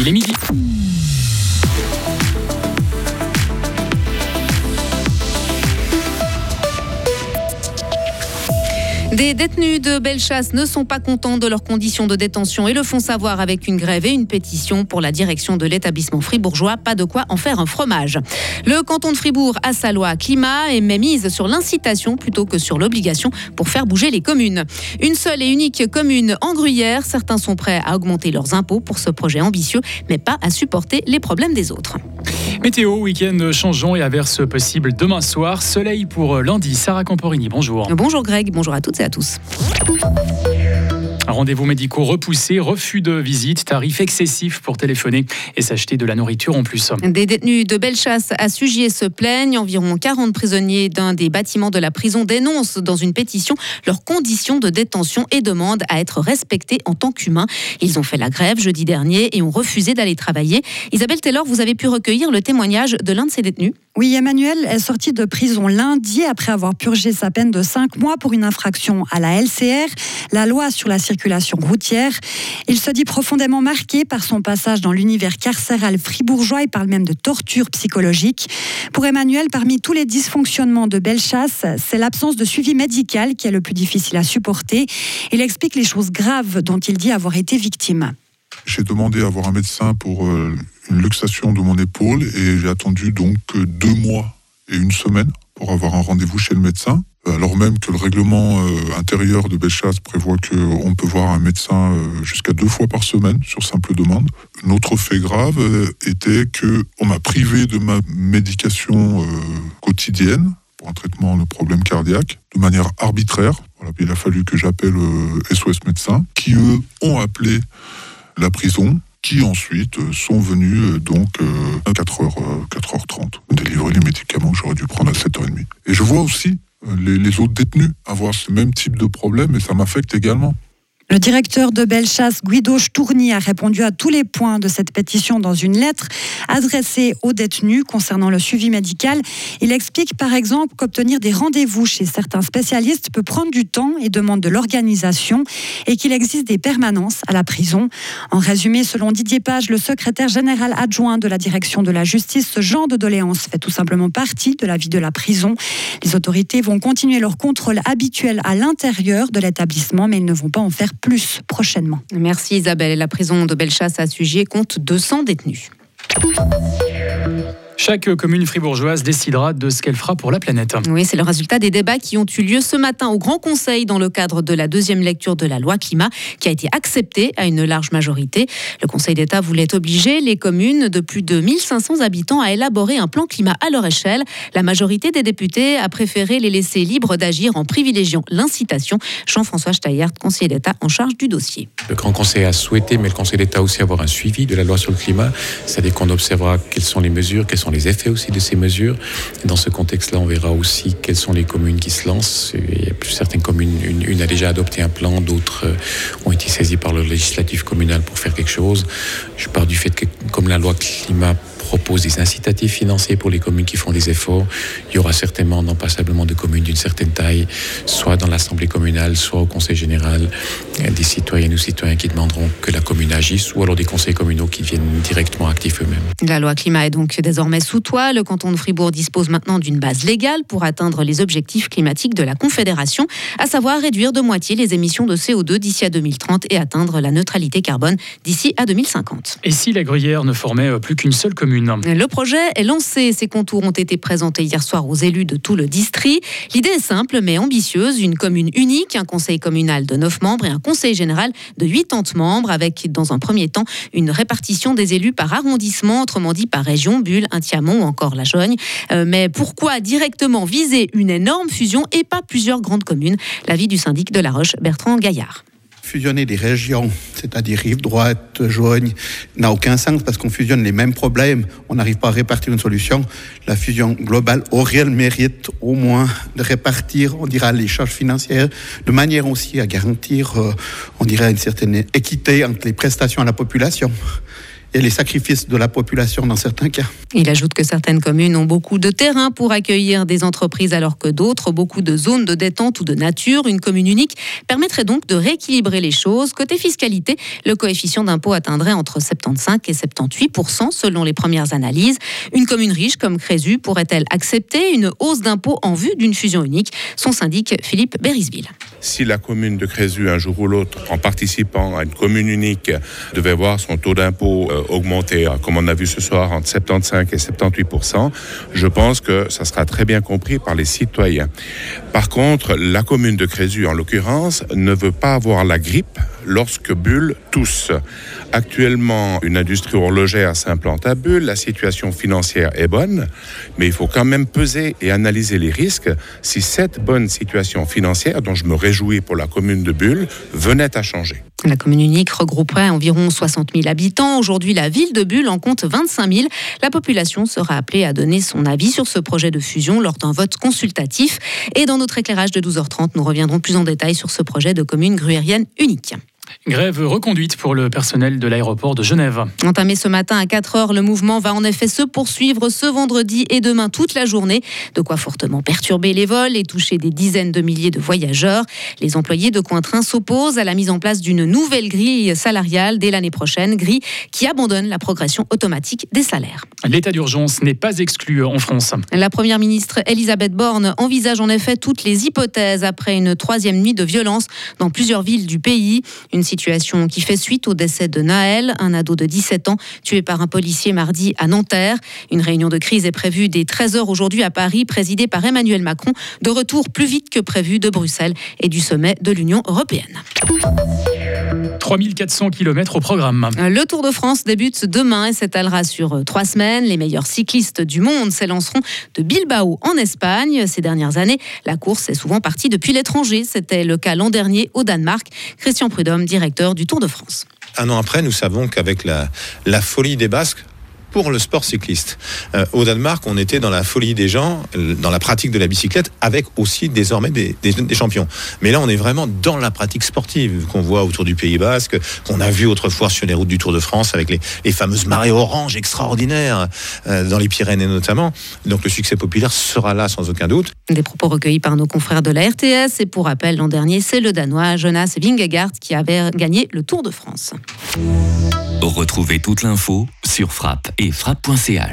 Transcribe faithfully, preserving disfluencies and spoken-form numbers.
Il est midi. Des détenus de Bellechasse ne sont pas contents de leurs conditions de détention et le font savoir avec une grève et une pétition pour la direction de l'établissement fribourgeois. Pas de quoi en faire un fromage. Le canton de Fribourg a sa loi climat et met mise sur l'incitation plutôt que sur l'obligation pour faire bouger les communes. Une seule et unique commune en Gruyère. Certains sont prêts à augmenter leurs impôts pour ce projet ambitieux, mais pas à supporter les problèmes des autres. Météo, week-end changeant et averse possible demain soir. Soleil pour lundi. Sarah Camporini, bonjour. Bonjour Greg, bonjour à toutes et à tous. Rendez-vous médicaux repoussés, refus de visite, tarifs excessifs pour téléphoner et s'acheter de la nourriture en plus. Des détenus de Bellechasse à Sugier se plaignent. Environ quarante prisonniers d'un des bâtiments de la prison dénoncent dans une pétition leurs conditions de détention et demandent à être respectés en tant qu'humains. Ils ont fait la grève jeudi dernier et ont refusé d'aller travailler. Isabelle Taylor, vous avez pu recueillir le témoignage de l'un de ces détenus. Oui, Emmanuel est sorti de prison lundi après avoir purgé sa peine de cinq mois pour une infraction à la L C R, la loi sur la circulation routière. Il se dit profondément marqué par son passage dans l'univers carcéral fribourgeois. Il parle même de torture psychologique. Pour Emmanuel, parmi tous les dysfonctionnements de Bellechasse, c'est l'absence de suivi médical qui est le plus difficile à supporter. Il explique les choses graves dont il dit avoir été victime. J'ai demandé à voir un médecin pour euh, une luxation de mon épaule et j'ai attendu donc deux mois et une semaine pour avoir un rendez-vous chez le médecin. Alors même que le règlement euh, intérieur de Bellechasse prévoit qu'on peut voir un médecin euh, jusqu'à deux fois par semaine sur simple demande. Un autre fait grave euh, était qu'on m'a privé de ma médication euh, quotidienne pour un traitement de problèmes cardiaques de manière arbitraire. Voilà, il a fallu que j'appelle euh, S O S médecins qui, eux, ont appelé la prison, qui ensuite sont venus donc à quatre heures trente délivrer les médicaments que j'aurais dû prendre à sept heures trente. Et je vois aussi les, les autres détenus avoir ce même type de problème et ça m'affecte également. Le directeur de Bellechasse, Guido Stourny, a répondu à tous les points de cette pétition dans une lettre adressée aux détenus concernant le suivi médical. Il explique par exemple qu'obtenir des rendez-vous chez certains spécialistes peut prendre du temps et demande de l'organisation et qu'il existe des permanences à la prison. En résumé, selon Didier Page, le secrétaire général adjoint de la direction de la justice, ce genre de doléance fait tout simplement partie de la vie de la prison. Les autorités vont continuer leur contrôle habituel à l'intérieur de l'établissement, mais ils ne vont pas en faire plus prochainement. Merci Isabelle. La prison de Bellechasse à Sugier compte deux cents détenus. Chaque commune fribourgeoise décidera de ce qu'elle fera pour la planète. Oui, c'est le résultat des débats qui ont eu lieu ce matin au Grand Conseil dans le cadre de la deuxième lecture de la loi climat qui a été acceptée à une large majorité. Le Conseil d'État voulait obliger les communes de plus de mille cinq cents habitants à élaborer un plan climat à leur échelle. La majorité des députés a préféré les laisser libres d'agir en privilégiant l'incitation. Jean-François Steyert, conseiller d'État en charge du dossier. Le Grand Conseil a souhaité, mais le Conseil d'État aussi avoir un suivi de la loi sur le climat, c'est-à-dire qu'on observera quelles sont les mesures, quelles sont les effets aussi de ces mesures. Et dans ce contexte-là, on verra aussi quelles sont les communes qui se lancent. Il y a plus certaines communes, une, une a déjà adopté un plan, d'autres ont été saisies par le législatif communal pour faire quelque chose. Je pars du fait que, comme la loi climat propose des incitatifs financiers pour les communes qui font des efforts, il y aura certainement, non passablement de communes d'une certaine taille, soit dans l'Assemblée communale, soit au Conseil général, des citoyennes ou citoyens qui demanderont que la commune agisse, ou alors des conseils communaux qui deviennent directement actifs eux-mêmes. La loi climat est donc désormais sous toit. Le canton de Fribourg dispose maintenant d'une base légale pour atteindre les objectifs climatiques de la Confédération, à savoir réduire de moitié les émissions de C O deux d'ici à deux mille trente et atteindre la neutralité carbone d'ici à deux mille cinquante. Et si la Gruyère ne formait plus qu'une seule commune ? Le projet est lancé. Ses contours ont été présentés hier soir aux élus de tout le district. L'idée est simple mais ambitieuse. Une commune unique, un conseil communal de neuf membres et un conseil général de quatre-vingts membres avec, dans un premier temps, une répartition des élus par arrondissement, autrement dit par région, Bulle, Intiamont ou encore La Jogne. Euh, mais pourquoi directement viser une énorme fusion et pas plusieurs grandes communes ? L'avis du syndic de La Roche, Bertrand Gaillard. Fusionner des régions, c'est-à-dire rive droite, Jogne, n'a aucun sens parce qu'on fusionne les mêmes problèmes, on n'arrive pas à répartir une solution. La fusion globale aurait le mérite au moins de répartir, on dira, les charges financières, de manière aussi à garantir, euh, on dirait, une certaine équité entre les prestations à la population. et les sacrifices de la population dans certains cas. Il ajoute que certaines communes ont beaucoup de terrain pour accueillir des entreprises alors que d'autres, beaucoup de zones de détente ou de nature. Une commune unique permettrait donc de rééquilibrer les choses. Côté fiscalité, le coefficient d'impôt atteindrait entre soixante-quinze et soixante-dix pour cent selon les premières analyses. Une commune riche comme Crézu pourrait-elle accepter une hausse d'impôt en vue d'une fusion unique? Son syndic Philippe Berisville. Si la commune de Crézu, un jour ou l'autre, en participant à une commune unique, devait voir son taux d'impôt euh, augmenter, comme on a vu ce soir, entre soixante-quinze et soixante-dix pour cent, je pense que ça sera très bien compris par les citoyens. Par contre, la commune de Crézu, en l'occurrence, ne veut pas avoir la grippe lorsque Bull tousse. Actuellement, une industrie horlogère s'implante à Bull, la situation financière est bonne, mais il faut quand même peser et analyser les risques si cette bonne situation financière, dont je me réjouis pour la commune de Bull, venait à changer. La commune unique regrouperait environ soixante mille habitants. Aujourd'hui, la ville de Bull en compte vingt-cinq mille. La population sera appelée à donner son avis sur ce projet de fusion lors d'un vote consultatif. Et dans notre éclairage de douze heures trente, nous reviendrons plus en détail sur ce projet de commune gruérienne unique. Grève reconduite pour le personnel de l'aéroport de Genève. Entamé ce matin à quatre heures, le mouvement va en effet se poursuivre ce vendredi et demain toute la journée. De quoi fortement perturber les vols et toucher des dizaines de milliers de voyageurs. Les employés de Cointrain s'opposent à la mise en place d'une nouvelle grille salariale dès l'année prochaine, grille qui abandonne la progression automatique des salaires. L'état d'urgence n'est pas exclu en France. La première ministre Elisabeth Borne envisage en effet toutes les hypothèses après une troisième nuit de violence dans plusieurs villes du pays. Une situation qui fait suite au décès de Naël, un ado de dix-sept ans tué par un policier mardi à Nanterre. Une réunion de crise est prévue dès treize heures aujourd'hui à Paris, présidée par Emmanuel Macron, de retour plus vite que prévu de Bruxelles et du sommet de l'Union européenne. trois mille quatre cents kilomètres au programme. Le Tour de France débute demain et s'étalera sur trois semaines. Les meilleurs cyclistes du monde s'élanceront de Bilbao en Espagne. Ces dernières années, la course est souvent partie depuis l'étranger. C'était le cas l'an dernier au Danemark. Christian Prudhomme, directeur du Tour de France. Un an après, nous savons qu'avec la, la folie des Basques, pour le sport cycliste. Euh, au Danemark, on était dans la folie des gens, dans la pratique de la bicyclette, avec aussi désormais des, des, des champions. Mais là, on est vraiment dans la pratique sportive qu'on voit autour du Pays Basque, qu'on a vu autrefois sur les routes du Tour de France, avec les, les fameuses marées oranges extraordinaires, euh, dans les Pyrénées notamment. Donc le succès populaire sera là sans aucun doute. Des propos recueillis par nos confrères de la R T S. Et pour rappel, l'an dernier, c'est le Danois Jonas Vingegaard qui avait gagné le Tour de France. Retrouvez toute l'info sur Frappe et frappe point c h.